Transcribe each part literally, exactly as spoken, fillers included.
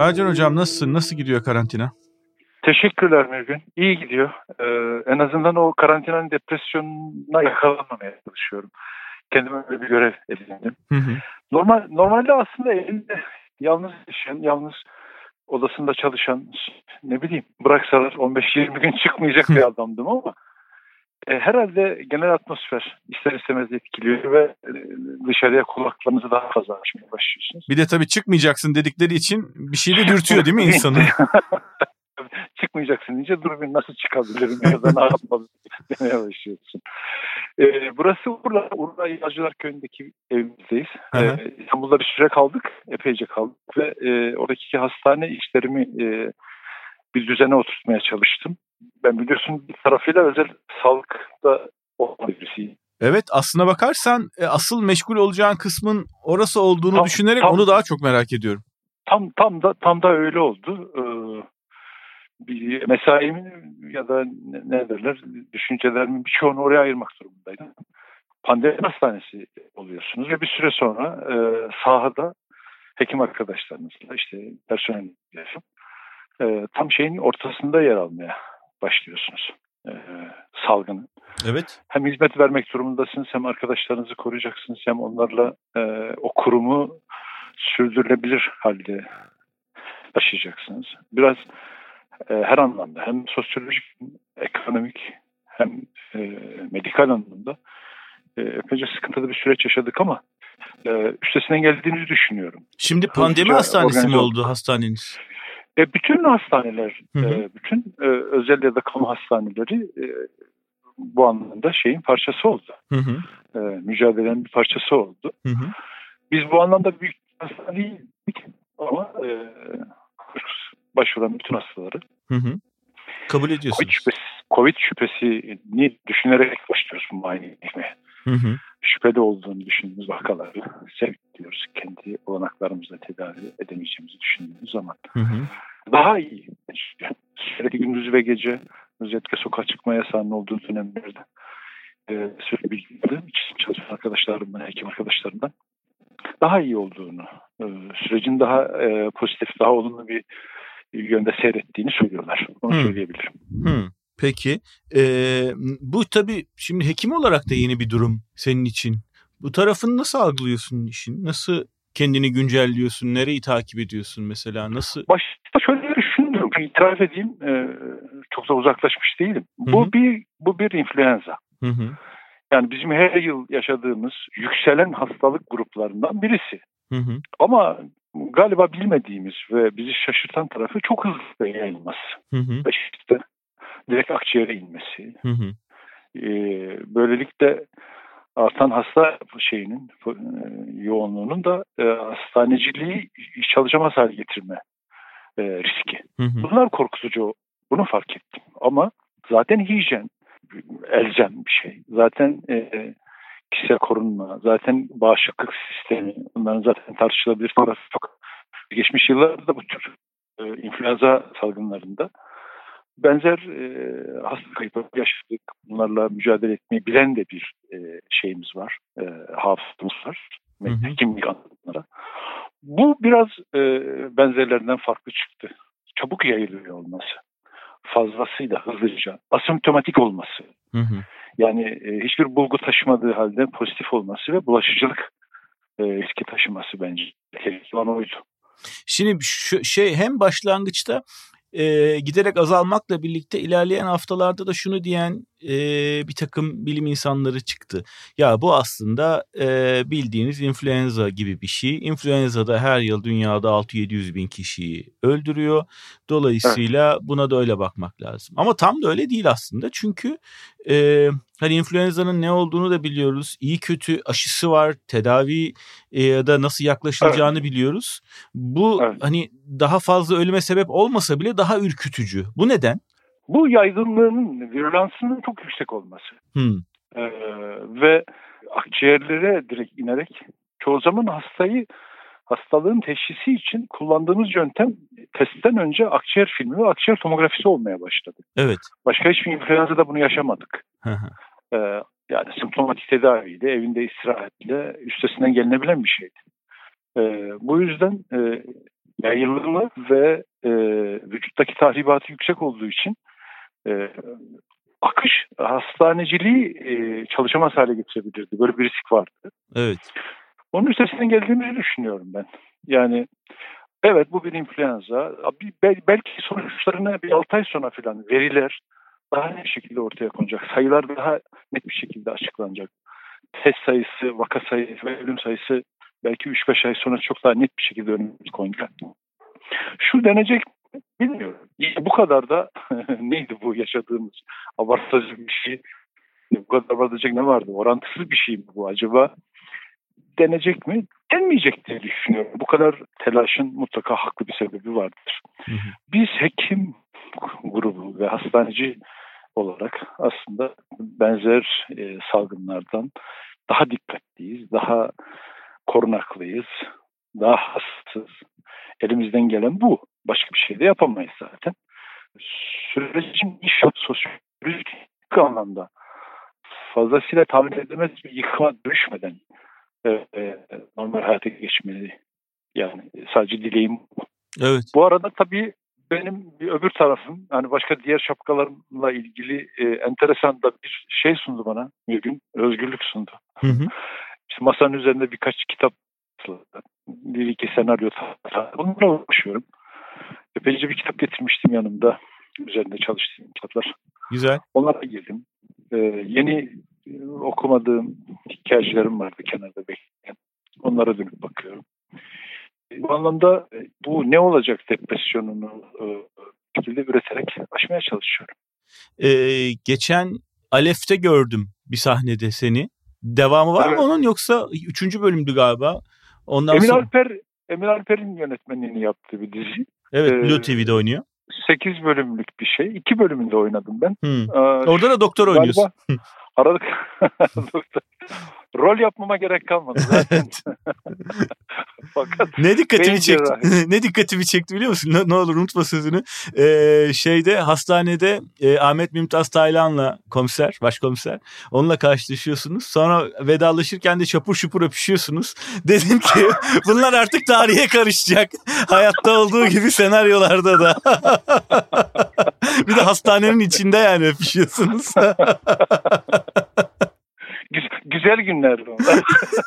Ercan Hocam nasılsın? Nasıl gidiyor karantina? Teşekkürler Mürgün. İyi gidiyor. Ee, en azından o karantinanın depresyonuna yakalanmamaya çalışıyorum. Kendime öyle bir görev edindim. Hı hı. Normal, normalde aslında evinde yalnız yaşayan, yalnız odasında çalışan, ne bileyim bıraksalar on beş yirmi gün çıkmayacak bir adamdım ama e, herhalde genel atmosfer ister istemez etkiliyor ve e, dışarıya kulaklarınızı daha fazla açmaya başlıyorsunuz. Bir de tabii çıkmışaksın dedikleri için bir şey de dürtüyor değil mi insanı? Çıkmayacaksın deyince dur bir nasıl çıkabilirim ya da ne yapmalıyım demeye başlıyorsun. Ee, burası Urla, Urla Yağcılar Köyü'ndeki evimizdeyiz. Ee, İstanbul'da bir süre kaldık, epeyce kaldık ve e, oradaki hastane işlerimi e, bir düzene oturtmaya çalıştım. Ben biliyorsun bir tarafıyla özel sağlıkta olan birisiyim. Evet, aslına bakarsan asıl meşgul olacağın kısmın orası olduğunu tam, düşünerek tam, onu daha çok merak ediyorum. Tam tam da tam da öyle oldu. Ee, bir mesaimin ya da ne derler düşüncelerimin birçoğunu oraya ayırmak durumundaydım. Pandemi hastanesi oluyorsunuz ve bir süre sonra e, sahada hekim arkadaşlarınızla işte personelle e, tam şeyin ortasında yer almaya başlıyorsunuz e, salgının. Evet. Hem hizmet vermek durumundasınız hem arkadaşlarınızı koruyacaksınız hem onlarla e, o kurumu sürdürülebilir halde taşıyacaksınız. Biraz e, her anlamda hem sosyolojik, ekonomik hem e, medikal anlamda e, epeyce sıkıntılı bir süreç yaşadık ama e, üstesinden geldiğimizi düşünüyorum. Şimdi pandemi Hızlıca hastanesi mi oldu hastaneniz? E, bütün hastaneler, hı hı. E, bütün e, özel ya da kamu hastaneleri e, bu anlamda şeyin parçası oldu. Hı hı. E, mücadelenin bir parçası oldu. Hı hı. Biz bu anlamda büyük bir hastane değildik ama e, başvuran bütün hastaları hı hı. kabul ediyorsunuz. COVID şüphesi, COVID şüphesini düşünerek başlıyoruz bu muayene etmeye. Hı hı. Şüpheli olduğunu düşündüğümüz vakaları sevk ediyoruz. Kendi olanaklarımızla tedavi edemeyeceğimizi düşündüğümüz zaman. Hı hı. Daha iyi. Sürekli gündüz ve gece özellikle sokağa çıkma yasağının olduğu dönemlerde e, sürekli bilgi aldığım için çalışan arkadaşlarımdan, hekim arkadaşlarımdan daha iyi olduğunu, e, sürecin daha e, pozitif, daha olumlu bir yönde seyrettiğini söylüyorlar. Onu hmm. söyleyebilirim. Hmm. Peki. Ee, bu tabii şimdi hekim olarak da yeni bir durum senin için. Bu tarafını nasıl algılıyorsun işin? Nasıl kendini güncelliyorsun? Nereyi takip ediyorsun mesela? Nasıl? Başta şöyle düşündüm. İtiraf edeyim. E, çok da uzaklaşmış değilim. Hı-hı. Bu bir bu bir influenza. Hı-hı. Yani bizim her yıl yaşadığımız yükselen hastalık gruplarından birisi. Hı-hı. Ama galiba bilmediğimiz ve bizi şaşırtan tarafı çok hızlı yayılması. Hı hı. Ve işte direkt akciğere inmesi. Hı hı. Ee, böylelikle artan hasta şeyinin e, yoğunluğunun da e, hastaneciliği çalışamaz hale getirme e, riski. Hı hı. Bunlar korkutucu. Bunu fark ettim. Ama zaten hijyen elzem bir şey. Zaten e, kişisel korunma, zaten bağışıklık sistemi, bunların zaten tartışılabilir tarafı çok. Geçmiş yıllarda da bu tür e, influenza salgınlarında benzer e, hasta kayıpları yaşadık. Bunlarla mücadele etmeyi bilen de bir e, şeyimiz var, e, hafızamız var. Kimlik anlamlara. Bu biraz e, benzerlerinden farklı çıktı. Çabuk yayılıyor olması, fazlasıyla hızlıca, asemptomatik olması. Hı hı. Yani e, hiçbir bulgu taşımadığı halde pozitif olması ve bulaşıcılık e, riski taşıması bence tehlikeli olan oydu. Şimdi şu şey hem başlangıçta e, giderek azalmakla birlikte ilerleyen haftalarda da şunu diyen e, bir takım bilim insanları çıktı. Ya bu aslında e, bildiğiniz influenza gibi bir şey. Influenza da her yıl dünyada altı yedi yüz bin kişiyi öldürüyor. Dolayısıyla evet. Buna da öyle bakmak lazım. Ama tam da öyle değil aslında. Çünkü e, hani influenza'nın ne olduğunu da biliyoruz. İyi kötü aşısı var. Tedavi ya da nasıl yaklaşılacağını evet. biliyoruz. Bu evet. hani daha fazla ölüme sebep olmasa bile daha ürkütücü. Bu neden? Bu yaygınlığının, virülansının çok yüksek olması. Hmm. Ee, ve akciğerlere direkt inerek çoğu zaman hastayı hastalığın teşhisi için kullandığımız yöntem testten önce akciğer filmi ve akciğer tomografisi olmaya başladı. Evet. Başka hiçbir influenza'da bunu yaşamadık. ee, yani simptomatik tedaviyle, evinde istirahatle üstesinden gelinebilen bir şeydi. Ee, bu yüzden e, yayılımı ve e, vücuttaki tahribatı yüksek olduğu için e, akış hastaneciliği e, çalışamaz hale getirebilirdi. Böyle bir risk vardı. Evet. Onun üstesinden geldiğimizi düşünüyorum ben. Yani evet, bu bir influenza. Belki sonuçlarına bir altı ay sonra falan veriler daha net bir şekilde ortaya konacak. Sayılar daha net bir şekilde açıklanacak. Test sayısı, vaka sayısı ve ölüm sayısı belki üç beş ay sonra çok daha net bir şekilde önümüze konacak. Şu denecek bilmiyorum. Bu kadar da neydi bu yaşadığımız abartıcı bir şey? Bu kadar abartacak ne vardı? Orantısız bir şey mi bu acaba? Denecek mi? Denmeyecek diye düşünüyorum. Bu kadar telaşın mutlaka haklı bir sebebi vardır. Hı hı. Biz hekim grubu ve hastaneci olarak aslında benzer e, salgınlardan daha dikkatliyiz, daha korunaklıyız, daha hassasız. Elimizden gelen bu. Başka bir şey de yapamayız zaten. Sürecin inşallah sosyolojik anlamda fazlasıyla tahmin edilmez bir yıkıma düşmeden e, e, normal hayata geçmeli. Yani sadece dileğim bu. Evet. Bu arada tabii benim bir öbür tarafım, hani başka diğer şapkalarımla ilgili e, enteresan da bir şey sundu bana bir gün. Özgürlük sundu. Hı hı. İşte masanın üzerinde birkaç kitap, bir iki senaryo, bunlarla uğraşıyorum. Epeyce bir kitap getirmiştim yanımda. Üzerinde çalıştığım kitaplar. Güzel. Onlara girdim. Ee, yeni e, okumadığım hikayecilerim vardı kenarda bekleyen. Onlara dönüp bakıyorum. Bu anlamda e, bu ne olacak depresyonunu e, şekilde üreterek aşmaya çalışıyorum. Ee, geçen Alef'te gördüm bir sahnede seni. Devamı var evet. mı onun, yoksa üçüncü bölümdü galiba. Ondan Emir sonra... Alper, Emir Alper'in yönetmenliğini yaptığı bir dizi. Evet, Blue ee, T V'de oynuyor. sekiz bölümlük bir şey. iki bölümünde oynadım ben. Hmm. Ee, Orada da doktor oynuyorsun. Aradık. Rol yapmama gerek kalmadı zaten. Fakat ne dikkatimi çekti? ne dikkatimi çekti biliyor musun? Ne, ne olur unutma sözünü. Ee, şeyde hastanede e, Ahmet Mümtaz Taylan'la komiser, başkomiser, onunla karşılaşıyorsunuz. Sonra vedalaşırken de çapur şupur öpüşüyorsunuz. Dedim ki bunlar artık tarihe karışacak. Hayatta olduğu gibi senaryolarda da. Bir de hastanenin içinde yani öpüşüyorsunuz. Güzel günlerdi onlar.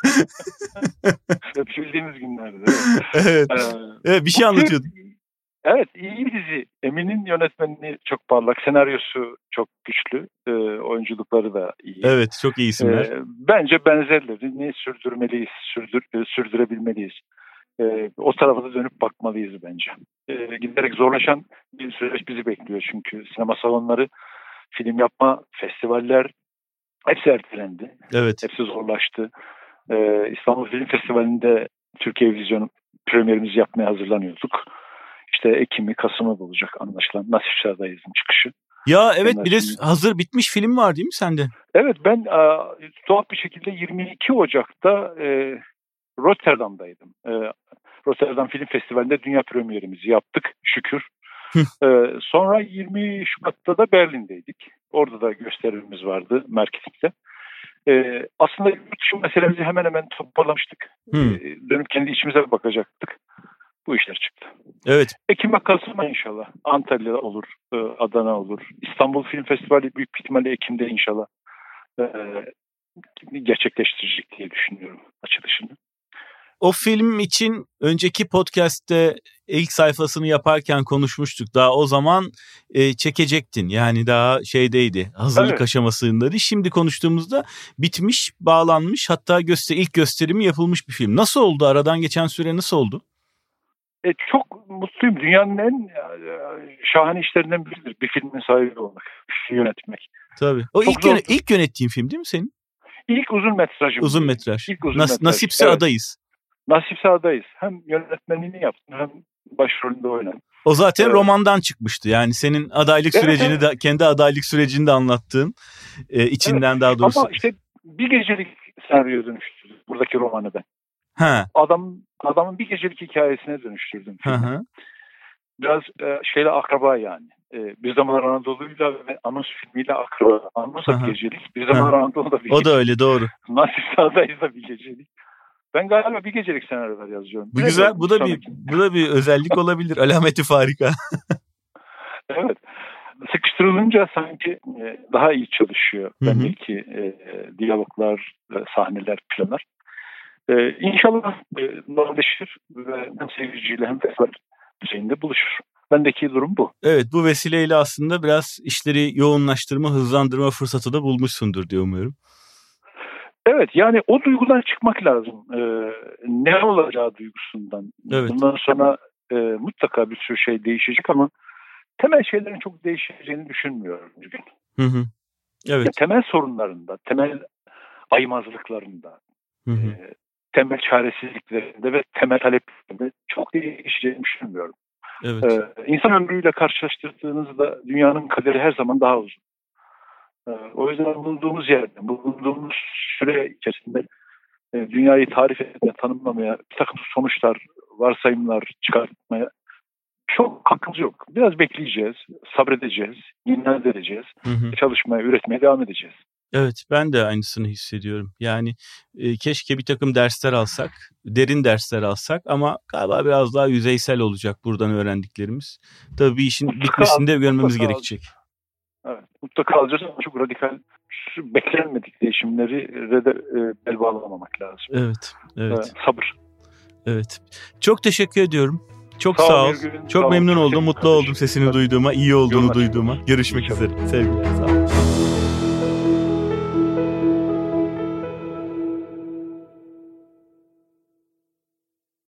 Öpüşüldüğümüz günlerdi. Evet. Ee, evet, bir şey anlatıyordun. Evet, iyi bir dizi. Emin'in yönetmenliği çok parlak, senaryosu çok güçlü, e, oyunculukları da iyi. Evet, çok iyi isimler. E, bence benzerlerini sürdürmeliyiz, sürdür, sürdürebilmeliyiz. E, o tarafa da dönüp bakmalıyız bence. E, giderek zorlaşan bir süreç bizi bekliyor çünkü sinema salonları, film yapma, festivaller hepsi ertelendi. Evet. Hepsi zorlaştı. Ee, İstanbul Film Festivali'nde Türkiye Vizyonu premierimizi yapmaya hazırlanıyorduk. İşte Ekim'i, Kasım'ı bulacak anlaşılan. Nasip Çağ'dayız'ın çıkışı. Ya evet, bir de hazır bitmiş film var değil mi sende? Evet, ben e, tuhaf bir şekilde yirmi iki Ocak'ta e, Rotterdam'daydım. E, Rotterdam Film Festivali'nde dünya premierimizi yaptık şükür. e, sonra yirmi Şubat'ta da Berlin'deydik. Orada da gösterimimiz vardı marketingde. Ee, aslında yurt dışı meselemizi hemen hemen toparlamıştık. Hmm. Ee, dönüp kendi içimize bakacaktık. Bu işler çıktı. Evet. Ekim ve Kasım'a inşallah. Antalya'da olur, e, Adana olur. İstanbul Film Festivali büyük ihtimalle Ekim'de inşallah e, gerçekleştirecek diye düşünüyorum açılışını. O film için önceki podcast'te ilk sayfasını yaparken konuşmuştuk. Daha o zaman e, çekecektin. Yani daha şeydeydi, hazırlık evet. aşamasındaydı. Şimdi konuştuğumuzda bitmiş, bağlanmış, hatta göster ilk gösterimi yapılmış bir film. Nasıl oldu? Aradan geçen süre nasıl oldu? E, çok mutluyum. Dünyanın en e, şahane işlerinden biridir bir filmin sahibi olmak, yönetmek. Tabii. O ilk, yöne, ilk yönettiğin film değil mi senin? İlk uzun metrajım. Uzun metraj. İlk uzun Nas, metraj. Nasipse evet. Adayız. Nasipse Adayız. Hem yönetmenliğini yaptım hem başrolünde oynadım. O zaten evet. romandan çıkmıştı. Yani senin adaylık evet, sürecini evet. de kendi adaylık sürecini de anlattığın e, içinden evet. daha doğrusu. Ama işte bir gecelik senaryoya dönüştürdüm buradaki romanı ben. Ha. Adam adamın bir gecelik hikayesine dönüştürdüm. Hı hı. Biraz e, şeyle akraba yani. E, Bir Zamanlar Anadolu'yla ve Anons filmiyle akraba. Anons da bir gecelik. Bir Zamanlar Anadolu'da bir o gecelik. O da öyle, doğru. Nasipse Adayız da bir gecelik. Ben galiba bir gecelik senaryolar yazıyorum. Bu güzel. Bu da bir bu da bir özellik olabilir. Alameti farika. Evet. Sıkıştırılınca sanki daha iyi çalışıyor bendeki e, diyaloglar, sahneler, planlar. E, İnşallah e, normalleşir ve hem seyirciyle hem festival düzeyinde buluşur. Bendeki durum bu. Evet, bu vesileyle aslında biraz işleri yoğunlaştırma, hızlandırma fırsatı da bulmuşsundur diye umuyorum. Evet, yani o duygudan çıkmak lazım. Ee, ne olacağı duygusundan. Evet. Bundan sonra e, mutlaka bir sürü şey değişecek ama temel şeylerin çok değişeceğini düşünmüyorum bugün. Hı hı. Evet. Ya, temel sorunlarında, temel aymazlıklarında, hı hı. E, temel çaresizliklerinde ve temel taleplerinde çok değişeceğini düşünmüyorum. Evet. Ee, insan ömrüyle karşılaştırdığınızda dünyanın kaderi her zaman daha uzun. O yüzden bulunduğumuz yerde, bulunduğumuz süre içerisinde e, dünyayı tarif etmeye, tanımlamaya, bir takım sonuçlar, varsayımlar çıkartmaya çok hakkımız yok. Biraz bekleyeceğiz, sabredeceğiz, inat edeceğiz, hı hı. çalışmaya, üretmeye devam edeceğiz. Evet, ben de aynısını hissediyorum. Yani e, keşke bir takım dersler alsak, derin dersler alsak ama galiba biraz daha yüzeysel olacak buradan öğrendiklerimiz. Tabii bir işin mutlaka, bitmesinde görmemiz gerekecek. Evet, mutlaka alacağız ama çok radikal, beklenmedik değişimleri de e, bel bağlamamak lazım. Evet, evet. E, sabır. Evet. Çok teşekkür ediyorum. Çok sağ, sağ ol. Çok sağ memnun ol. oldum, mutlu oldum sesini duyduğuma, iyi olduğunu Yolun duyduğuma. Görüşmek üzere. Sevgiler, sağ ol.